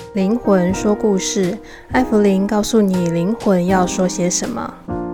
灵魂说故事，艾芙灵告诉你灵魂要说些什么。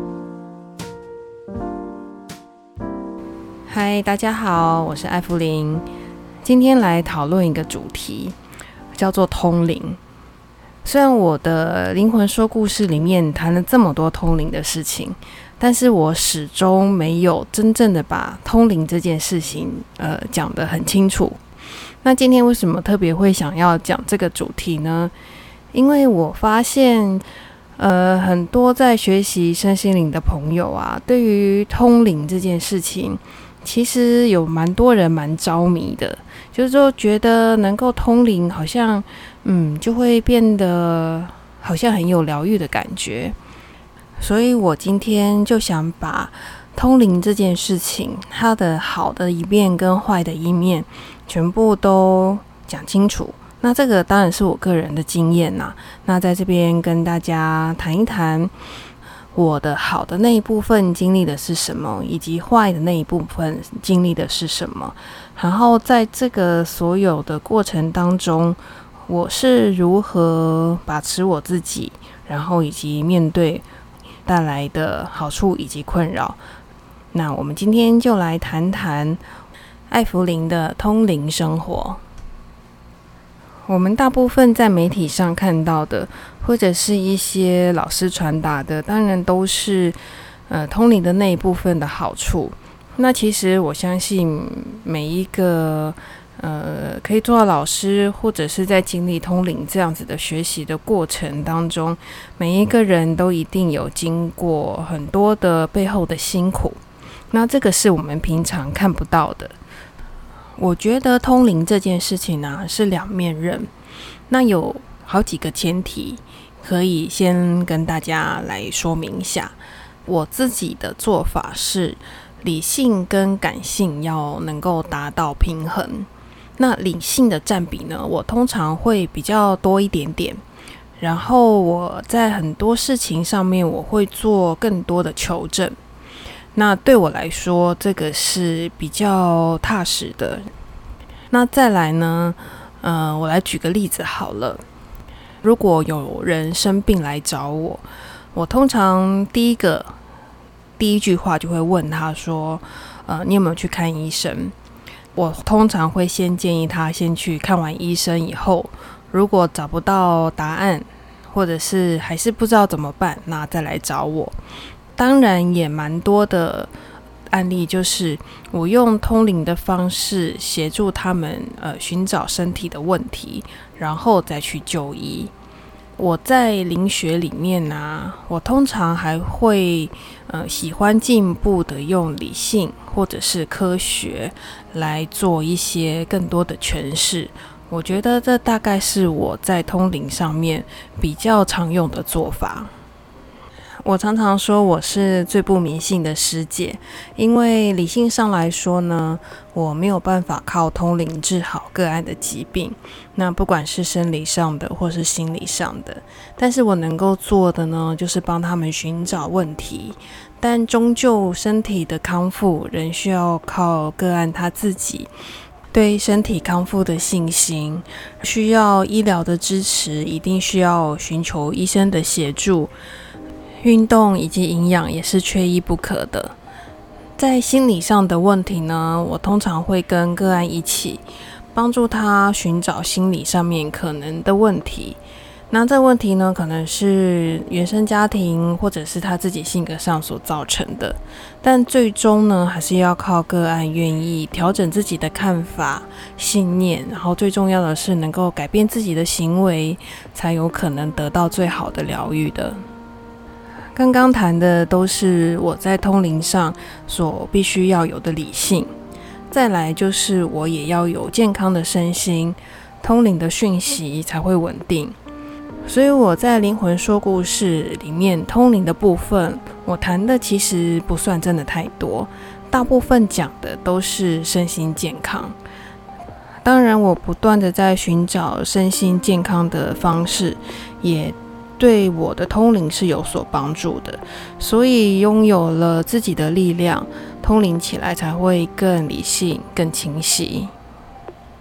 嗨，大家好，我是艾芙灵，今天来讨论一个主题，叫做通灵。虽然我的灵魂说故事里面谈了这么多通灵的事情，但是我始终没有真正的把通灵这件事情讲得很清楚。那今天为什么特别会想要讲这个主题呢？因为我发现很多在学习身心灵的朋友啊，对于通灵这件事情其实有蛮多人蛮着迷的，就是说觉得能够通灵好像就会变得好像很有疗愈的感觉。所以我今天就想把通灵这件事情它的好的一面跟坏的一面全部都讲清楚。那这个当然是我个人的经验啦，那在这边跟大家谈一谈我的好的那一部分经历的是什么，以及坏的那一部分经历的是什么，然后在这个所有的过程当中，我是如何把持我自己，然后以及面对带来的好处以及困扰。那我们今天就来谈谈艾芙灵的通灵生活。我们大部分在媒体上看到的，或者是一些老师传达的，当然都是通灵的那一部分的好处。那其实我相信每一个可以做到老师，或者是在经历通灵这样子的学习的过程当中，每一个人都一定有经过很多的背后的辛苦。那这个是我们平常看不到的。我觉得通灵这件事情呢，是两面刃。那有好几个前提可以先跟大家来说明一下。我自己的做法是理性跟感性要能够达到平衡。那理性的占比呢，我通常会比较多一点点，然后我在很多事情上面我会做更多的求证。那对我来说，这个是比较踏实的。那再来呢，我来举个例子好了。如果有人生病来找我，我通常第一句话就会问他说，你有没有去看医生？我通常会先建议他先去看完医生以后，如果找不到答案，或者是还是不知道怎么办，那再来找我。当然也蛮多的案例，就是我用通灵的方式协助他们寻找身体的问题，然后再去就医。我在灵学里面啊，我通常还会喜欢进一步的用理性或者是科学来做一些更多的诠释。我觉得这大概是我在通灵上面比较常用的做法。我常常说我是最不迷信的师姐，因为理性上来说呢，我没有办法靠通灵治好个案的疾病，那不管是生理上的或是心理上的，但是我能够做的呢，就是帮他们寻找问题，但终究身体的康复仍需要靠个案他自己对身体康复的信心，需要医疗的支持，一定需要寻求医生的协助。运动以及营养也是缺一不可的。在心理上的问题呢，我通常会跟个案一起帮助他寻找心理上面可能的问题。那这问题呢，可能是原生家庭或者是他自己性格上所造成的，但最终呢，还是要靠个案愿意调整自己的看法、信念，然后最重要的是能够改变自己的行为，才有可能得到最好的疗愈的。刚刚谈的都是我在通灵上所必须要有的理性，再来就是我也要有健康的身心，通灵的讯息才会稳定。所以我在灵魂说故事里面通灵的部分，我谈的其实不算真的太多，大部分讲的都是身心健康。当然我不断的在寻找身心健康的方式，也对我的通灵是有所帮助的，所以拥有了自己的力量，通灵起来才会更理性、更清晰。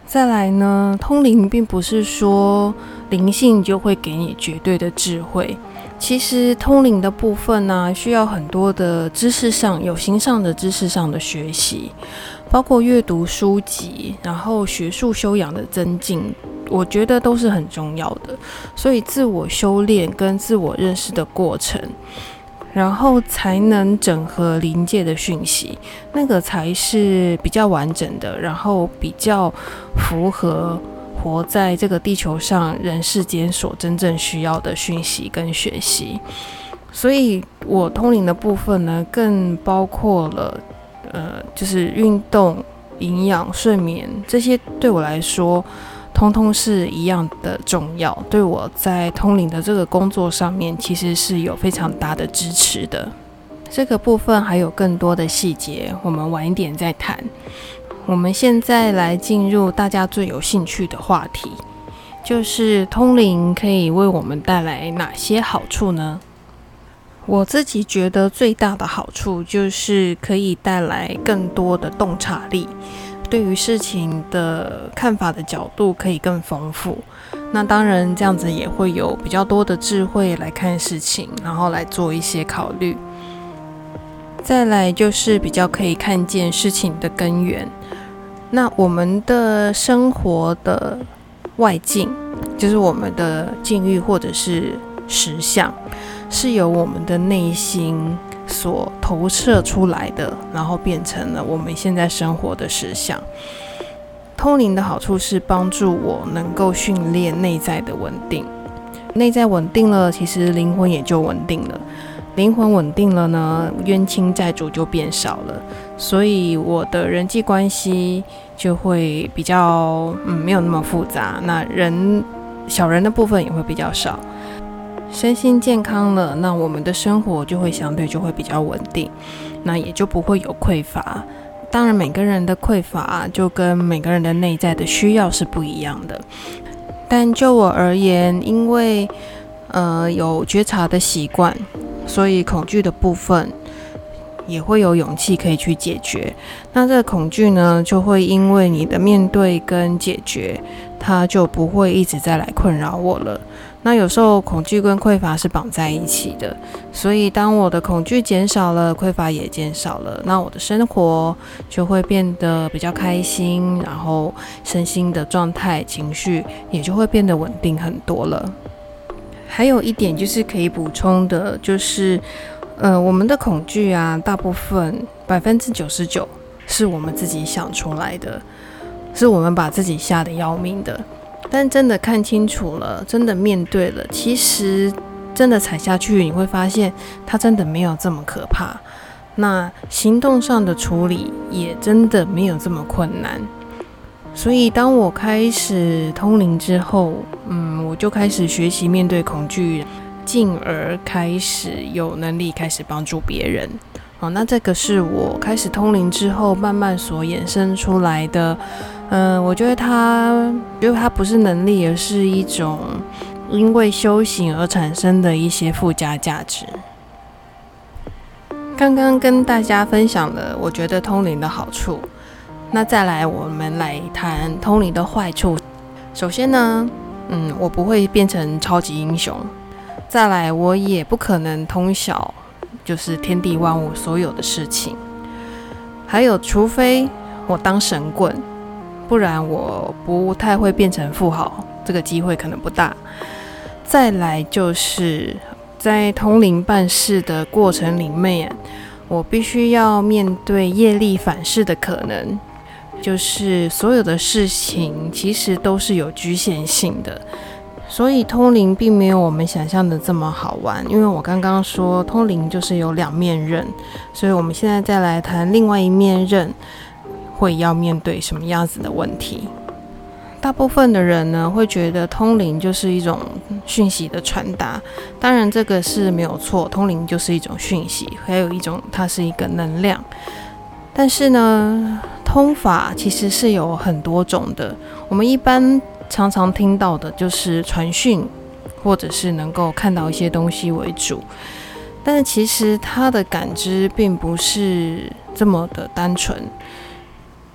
再来呢，通灵并不是说灵性就会给你绝对的智慧，其实通灵的部分呢，需要很多的知识上、有形上的知识上的学习，包括阅读书籍，然后学术修养的增进，我觉得都是很重要的。所以自我修炼跟自我认识的过程，然后才能整合灵界的讯息，那个才是比较完整的，然后比较符合活在这个地球上人世间所真正需要的讯息跟学习。所以我通灵的部分呢，更包括了就是运动、营养、睡眠，这些对我来说通通是一样的重要，对我在通灵的这个工作上面其实是有非常大的支持的。这个部分还有更多的细节，我们晚一点再谈。我们现在来进入大家最有兴趣的话题，就是通灵可以为我们带来哪些好处呢？我自己觉得最大的好处就是可以带来更多的洞察力，对于事情的看法的角度可以更丰富。那当然这样子也会有比较多的智慧来看事情，然后来做一些考虑。再来就是比较可以看见事情的根源。那我们的生活的外境，就是我们的境遇或者是实相，是由我们的内心所投射出来的，然后变成了我们现在生活的实相。通灵的好处是帮助我能够训练内在的稳定，内在稳定了，其实灵魂也就稳定了。灵魂稳定了呢，冤亲债主就变少了，所以我的人际关系就会比较没有那么复杂，那小人的部分也会比较少。身心健康了，那我们的生活就会相对就会比较稳定，那也就不会有匮乏。当然每个人的匮乏就跟每个人的内在的需要是不一样的，但就我而言，因为有觉察的习惯，所以恐惧的部分也会有勇气可以去解决。那这个恐惧呢，就会因为你的面对跟解决，它就不会一直再来困扰我了。那有时候恐惧跟匮乏是绑在一起的，所以当我的恐惧减少了，匮乏也减少了，那我的生活就会变得比较开心，然后身心的状态、情绪也就会变得稳定很多了。还有一点就是可以补充的，就是我们的恐惧啊，大部分99%是我们自己想出来的，是我们把自己吓得要命的。但真的看清楚了，真的面对了，其实真的踩下去，你会发现它真的没有这么可怕。那行动上的处理也真的没有这么困难。所以当我开始通灵之后，我就开始学习面对恐惧，进而开始有能力开始帮助别人。那这个是我开始通灵之后慢慢所衍生出来的。我觉得它不是能力，而是一种因为修行而产生的一些附加价值。刚刚跟大家分享了我觉得通灵的好处，那再来我们来谈通灵的坏处。首先呢，我不会变成超级英雄，再来我也不可能通晓就是天地万物所有的事情，还有除非我当神棍，不然我不太会变成富豪，这个机会可能不大。再来就是在通灵办事的过程里面，我必须要面对业力反噬的可能，就是所有的事情其实都是有局限性的，所以通灵并没有我们想象的这么好玩。因为我刚刚说通灵就是有两面刃，所以我们现在再来谈另外一面刃会要面对什么样子的问题。大部分的人呢会觉得通灵就是一种讯息的传达，当然这个是没有错，通灵就是一种讯息，还有一种它是一个能量。但是呢，通法其实是有很多种的，我们一般常常听到的就是传讯，或者是能够看到一些东西为主，但是其实它的感知并不是这么的单纯。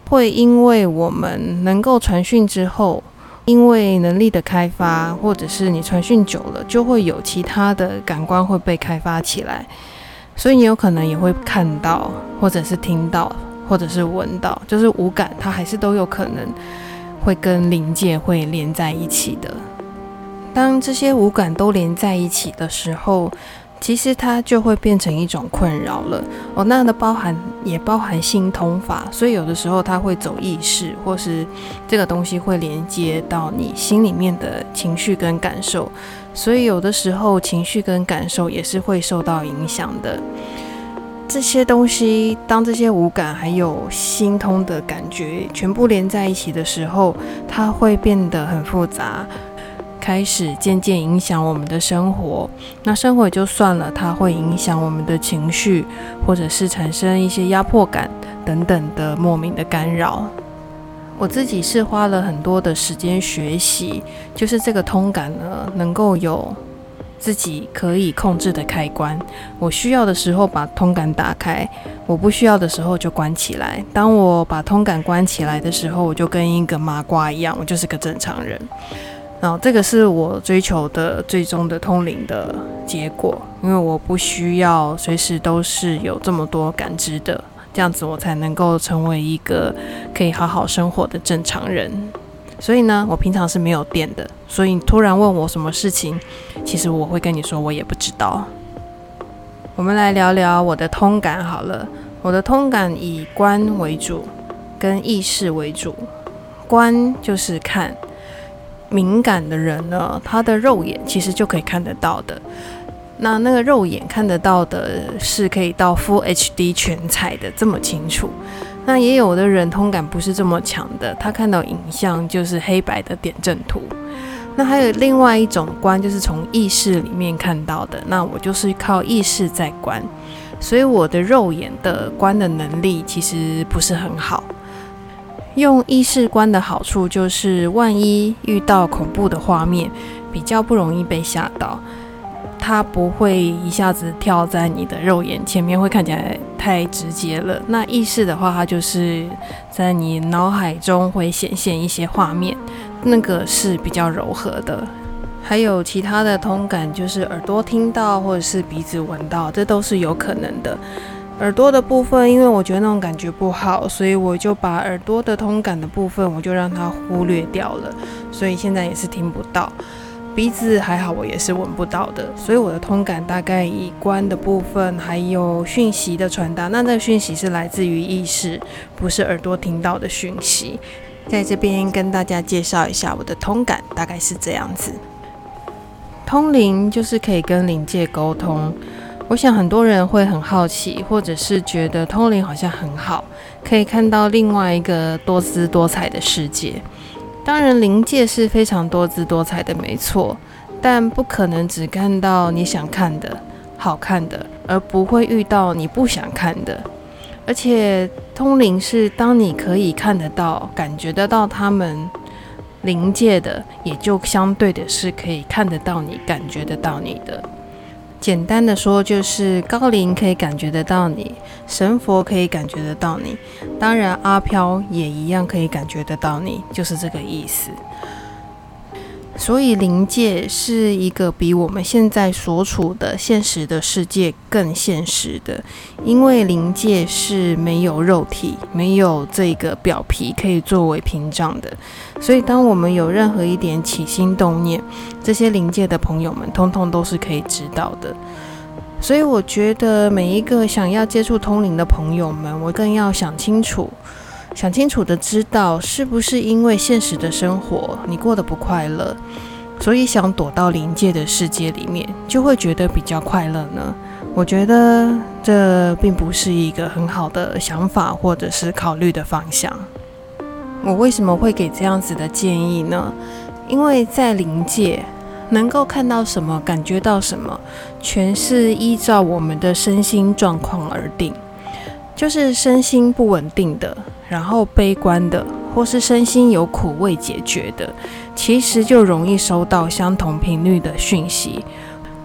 会因为我们能够传讯之后，因为能力的开发，或者是你传讯久了，就会有其他的感官会被开发起来，所以你有可能也会看到，或者是听到，或者是闻到，就是五感它还是都有可能会跟灵界会连在一起的。当这些五感都连在一起的时候，其实它就会变成一种困扰了。那也包含心通法，所以有的时候它会走意识，或是这个东西会连接到你心里面的情绪跟感受，所以有的时候情绪跟感受也是会受到影响的。这些东西，当这些五感还有心通的感觉全部连在一起的时候，它会变得很复杂，开始渐渐影响我们的生活。那生活也就算了，它会影响我们的情绪，或者是产生一些压迫感等等的莫名的干扰。我自己是花了很多的时间学习，就是这个通感呢，能够有自己可以控制的开关。我需要的时候把通感打开，我不需要的时候就关起来。当我把通感关起来的时候，我就跟一个麻瓜一样，我就是个正常人。然后这个是我追求的最终的通灵的结果，因为我不需要随时都是有这么多感知的，这样子我才能够成为一个可以好好生活的正常人。所以呢，我平常是没有电的，所以你突然问我什么事情，其实我会跟你说我也不知道。我们来聊聊我的通感好了。我的通感以观为主，跟意识为主。观就是看，敏感的人呢，他的肉眼其实就可以看得到的。那个肉眼看得到的是可以到 Full HD 全彩的这么清楚。那也有的人通感不是这么强的，他看到影像就是黑白的点阵图。那还有另外一种观，就是从意识里面看到的，那我就是靠意识在观，所以我的肉眼的观的能力其实不是很好。用意识观的好处就是，万一遇到恐怖的画面，比较不容易被吓到，它不会一下子跳在你的肉眼前面，会看起来太直接了。那意识的话，它就是在你脑海中会显现一些画面，那个是比较柔和的。还有其他的通感，就是耳朵听到或者是鼻子闻到，这都是有可能的。耳朵的部分，因为我觉得那种感觉不好，所以我就把耳朵的通感的部分我就让它忽略掉了，所以现在也是听不到。鼻子还好，我也是闻不到的，所以我的通感大概以观的部分还有讯息的传达，那个讯息是来自于意识，不是耳朵听到的讯息。在这边跟大家介绍一下我的通感大概是这样子。通灵就是可以跟灵界沟通，我想很多人会很好奇，或者是觉得通灵好像很好，可以看到另外一个多姿多彩的世界。当然灵界是非常多姿多彩的没错，但不可能只看到你想看的好看的，而不会遇到你不想看的。而且通灵是当你可以看得到感觉得到他们灵界的，也就相对的是可以看得到你感觉得到你的。简单的说，就是高灵可以感觉得到你，神佛可以感觉得到你，当然阿飘也一样可以感觉得到你，就是这个意思。所以灵界是一个比我们现在所处的现实的世界更现实的，因为灵界是没有肉体，没有这个表皮可以作为屏障的，所以当我们有任何一点起心动念，这些灵界的朋友们通通都是可以知道的。所以我觉得每一个想要接触通灵的朋友们，我更要想清楚的知道，是不是因为现实的生活你过得不快乐，所以想躲到灵界的世界里面，就会觉得比较快乐呢？我觉得这并不是一个很好的想法，或者是考虑的方向。我为什么会给这样子的建议呢？因为在灵界能够看到什么，感觉到什么，全是依照我们的身心状况而定。就是身心不稳定的，然后悲观的，或是身心有苦未解决的，其实就容易收到相同频率的讯息，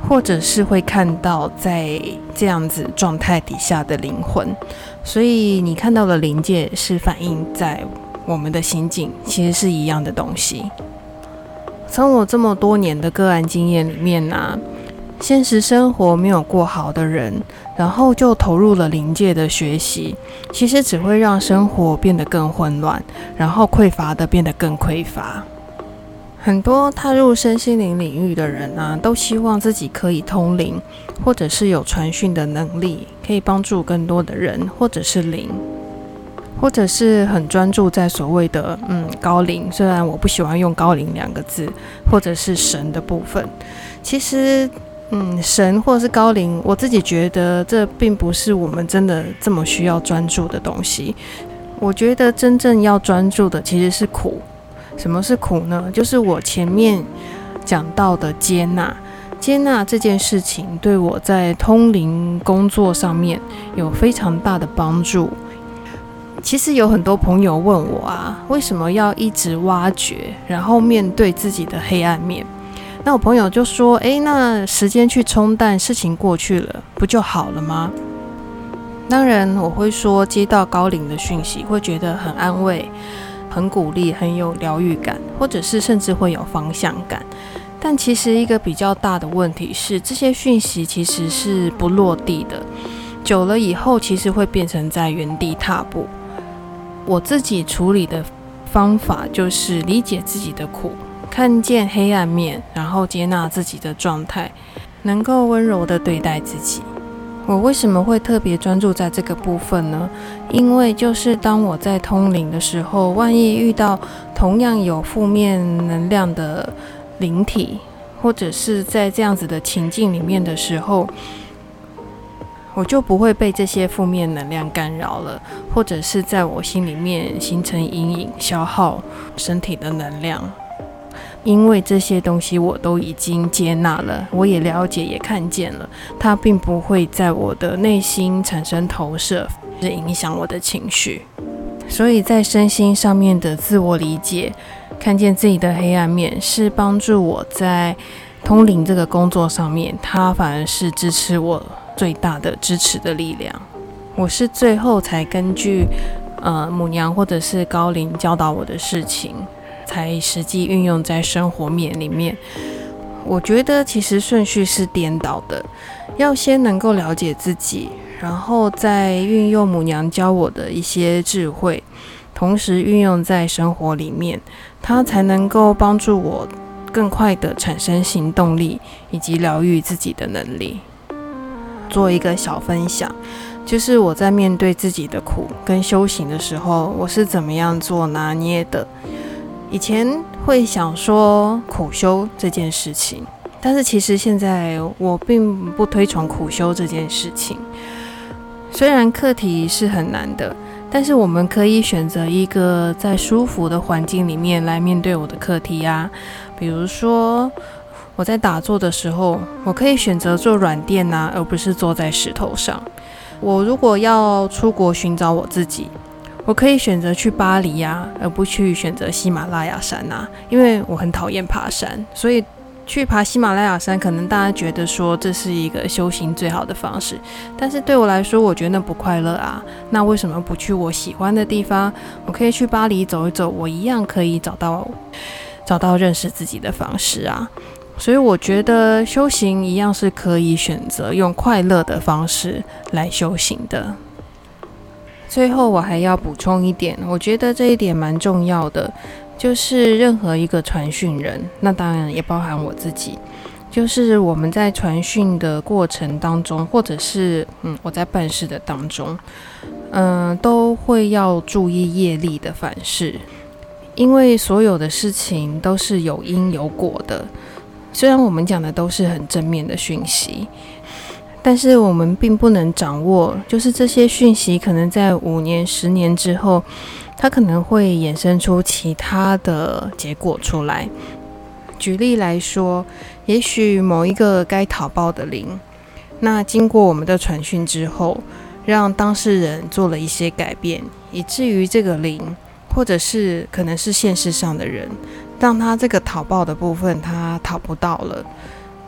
或者是会看到在这样子状态底下的灵魂。所以你看到的灵界是反映在我们的心境，其实是一样的东西。从我这么多年的个案经验里面啊，现实生活没有过好的人，然后就投入了灵界的学习，其实只会让生活变得更混乱，然后匮乏的变得更匮乏。很多踏入身心灵领域的人啊，都希望自己可以通灵，或者是有传讯的能力，可以帮助更多的人，或者是灵，或者是很专注在所谓的高灵，虽然我不喜欢用高灵两个字，或者是神的部分。其实神或者是高灵，我自己觉得这并不是我们真的这么需要专注的东西。我觉得真正要专注的其实是苦。什么是苦呢？就是我前面讲到的接纳。接纳这件事情对我在通灵工作上面有非常大的帮助。其实有很多朋友问我啊，为什么要一直挖掘，然后面对自己的黑暗面？那我朋友就说，那时间去冲淡，事情过去了，不就好了吗？当然我会说，接到高灵的讯息会觉得很安慰，很鼓励，很有疗愈感，或者是甚至会有方向感。但其实一个比较大的问题是，这些讯息其实是不落地的，久了以后其实会变成在原地踏步。我自己处理的方法就是理解自己的苦，看见黑暗面，然后接纳自己的状态，能够温柔地对待自己。我为什么会特别专注在这个部分呢？因为就是当我在通灵的时候，万一遇到同样有负面能量的灵体，或者是在这样子的情境里面的时候，我就不会被这些负面能量干扰了，或者是在我心里面形成阴影，消耗身体的能量。因为这些东西我都已经接纳了，我也了解也看见了，它并不会在我的内心产生投射，是影响我的情绪。所以在身心上面的自我理解，看见自己的黑暗面，是帮助我在通灵这个工作上面，它反而是支持我最大的支持的力量。我是最后才根据母娘或者是高灵教导我的事情，才实际运用在生活面里面。我觉得其实顺序是颠倒的，要先能够了解自己，然后再运用母娘教我的一些智慧，同时运用在生活里面，它才能够帮助我更快的产生行动力，以及疗愈自己的能力。做一个小分享，就是我在面对自己的苦跟修行的时候，我是怎么样做拿捏的。以前会想说苦修这件事情，但是其实现在我并不推崇苦修这件事情。虽然课题是很难的，但是我们可以选择一个在舒服的环境里面来面对我的课题啊。比如说我在打坐的时候，我可以选择坐软垫啊，而不是坐在石头上。我如果要出国寻找我自己，我可以选择去巴黎啊，而不去选择喜马拉雅山啊，因为我很讨厌爬山，所以去爬喜马拉雅山，可能大家觉得说这是一个修行最好的方式，但是对我来说，我觉得那不快乐啊。那为什么不去我喜欢的地方？我可以去巴黎走一走，我一样可以找到认识自己的方式啊。所以我觉得修行一样是可以选择用快乐的方式来修行的。最后我还要补充一点，我觉得这一点蛮重要的，就是任何一个传讯人，那当然也包含我自己，就是我们在传讯的过程当中，或者是我在办事的当中，都会要注意业力的反噬，因为所有的事情都是有因有果的。虽然我们讲的都是很正面的讯息，但是我们并不能掌握，就是这些讯息可能在5年、10年之后，它可能会衍生出其他的结果出来。举例来说，也许某一个该讨报的灵，那经过我们的传讯之后，让当事人做了一些改变，以至于这个灵，或者是可能是现实上的人，让他这个讨报的部分他讨不到了。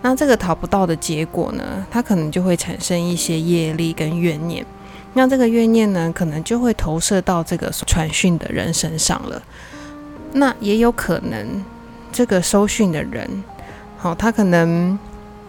那这个讨不到的结果呢，它可能就会产生一些业力跟怨念。那这个怨念呢，可能就会投射到这个传讯的人身上了。那也有可能这个收讯的人，他可能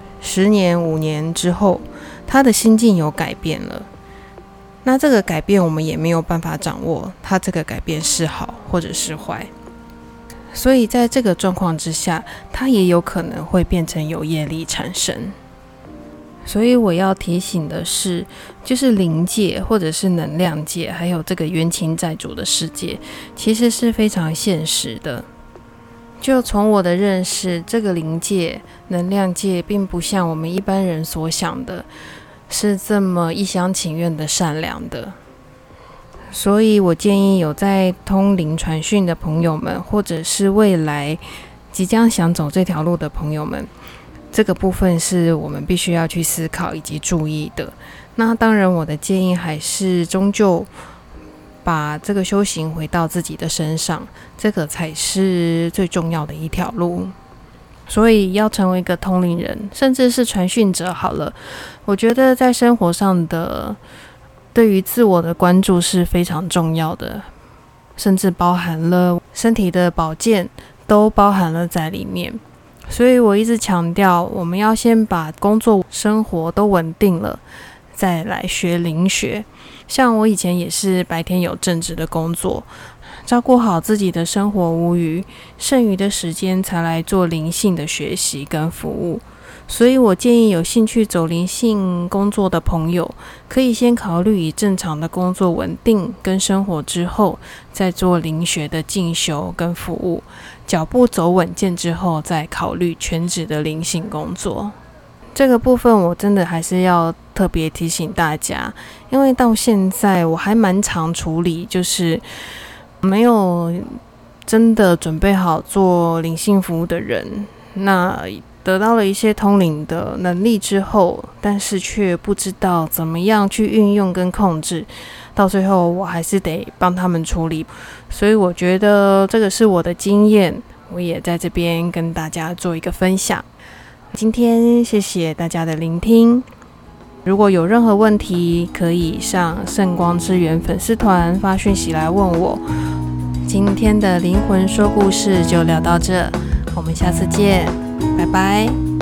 10年5年之后，他的心境有改变了。那这个改变我们也没有办法掌握，他这个改变是好或者是坏。所以在这个状况之下，他也有可能会变成有业力产生。所以我要提醒的是，就是灵界或者是能量界，还有这个冤亲债主的世界，其实是非常现实的。就从我的认识，这个灵界、能量界并不像我们一般人所想的是这么一厢情愿的善良的。所以我建议有在通灵传讯的朋友们，或者是未来即将想走这条路的朋友们，这个部分是我们必须要去思考以及注意的。那当然我的建议还是终究把这个修行回到自己的身上，这个才是最重要的一条路。所以要成为一个通灵人，甚至是传讯者好了，我觉得在生活上的对于自我的关注是非常重要的，甚至包含了身体的保健都包含了在里面。所以我一直强调，我们要先把工作生活都稳定了，再来学灵学。像我以前也是白天有正职的工作，照顾好自己的生活无虞，剩余的时间才来做灵性的学习跟服务。所以我建议有兴趣走灵性工作的朋友，可以先考虑以正常的工作稳定跟生活之后，再做灵学的进修跟服务，脚步走稳健之后，再考虑全职的灵性工作。这个部分我真的还是要特别提醒大家，因为到现在我还蛮常处理，就是没有真的准备好做灵性服务的人，那得到了一些通灵的能力之后，但是却不知道怎么样去运用跟控制，到最后我还是得帮他们处理。所以我觉得这个是我的经验，我也在这边跟大家做一个分享。今天谢谢大家的聆听，如果有任何问题，可以上圣光之源粉丝团发讯息来问我。今天的灵魂说故事就聊到这，我们下次见，拜拜。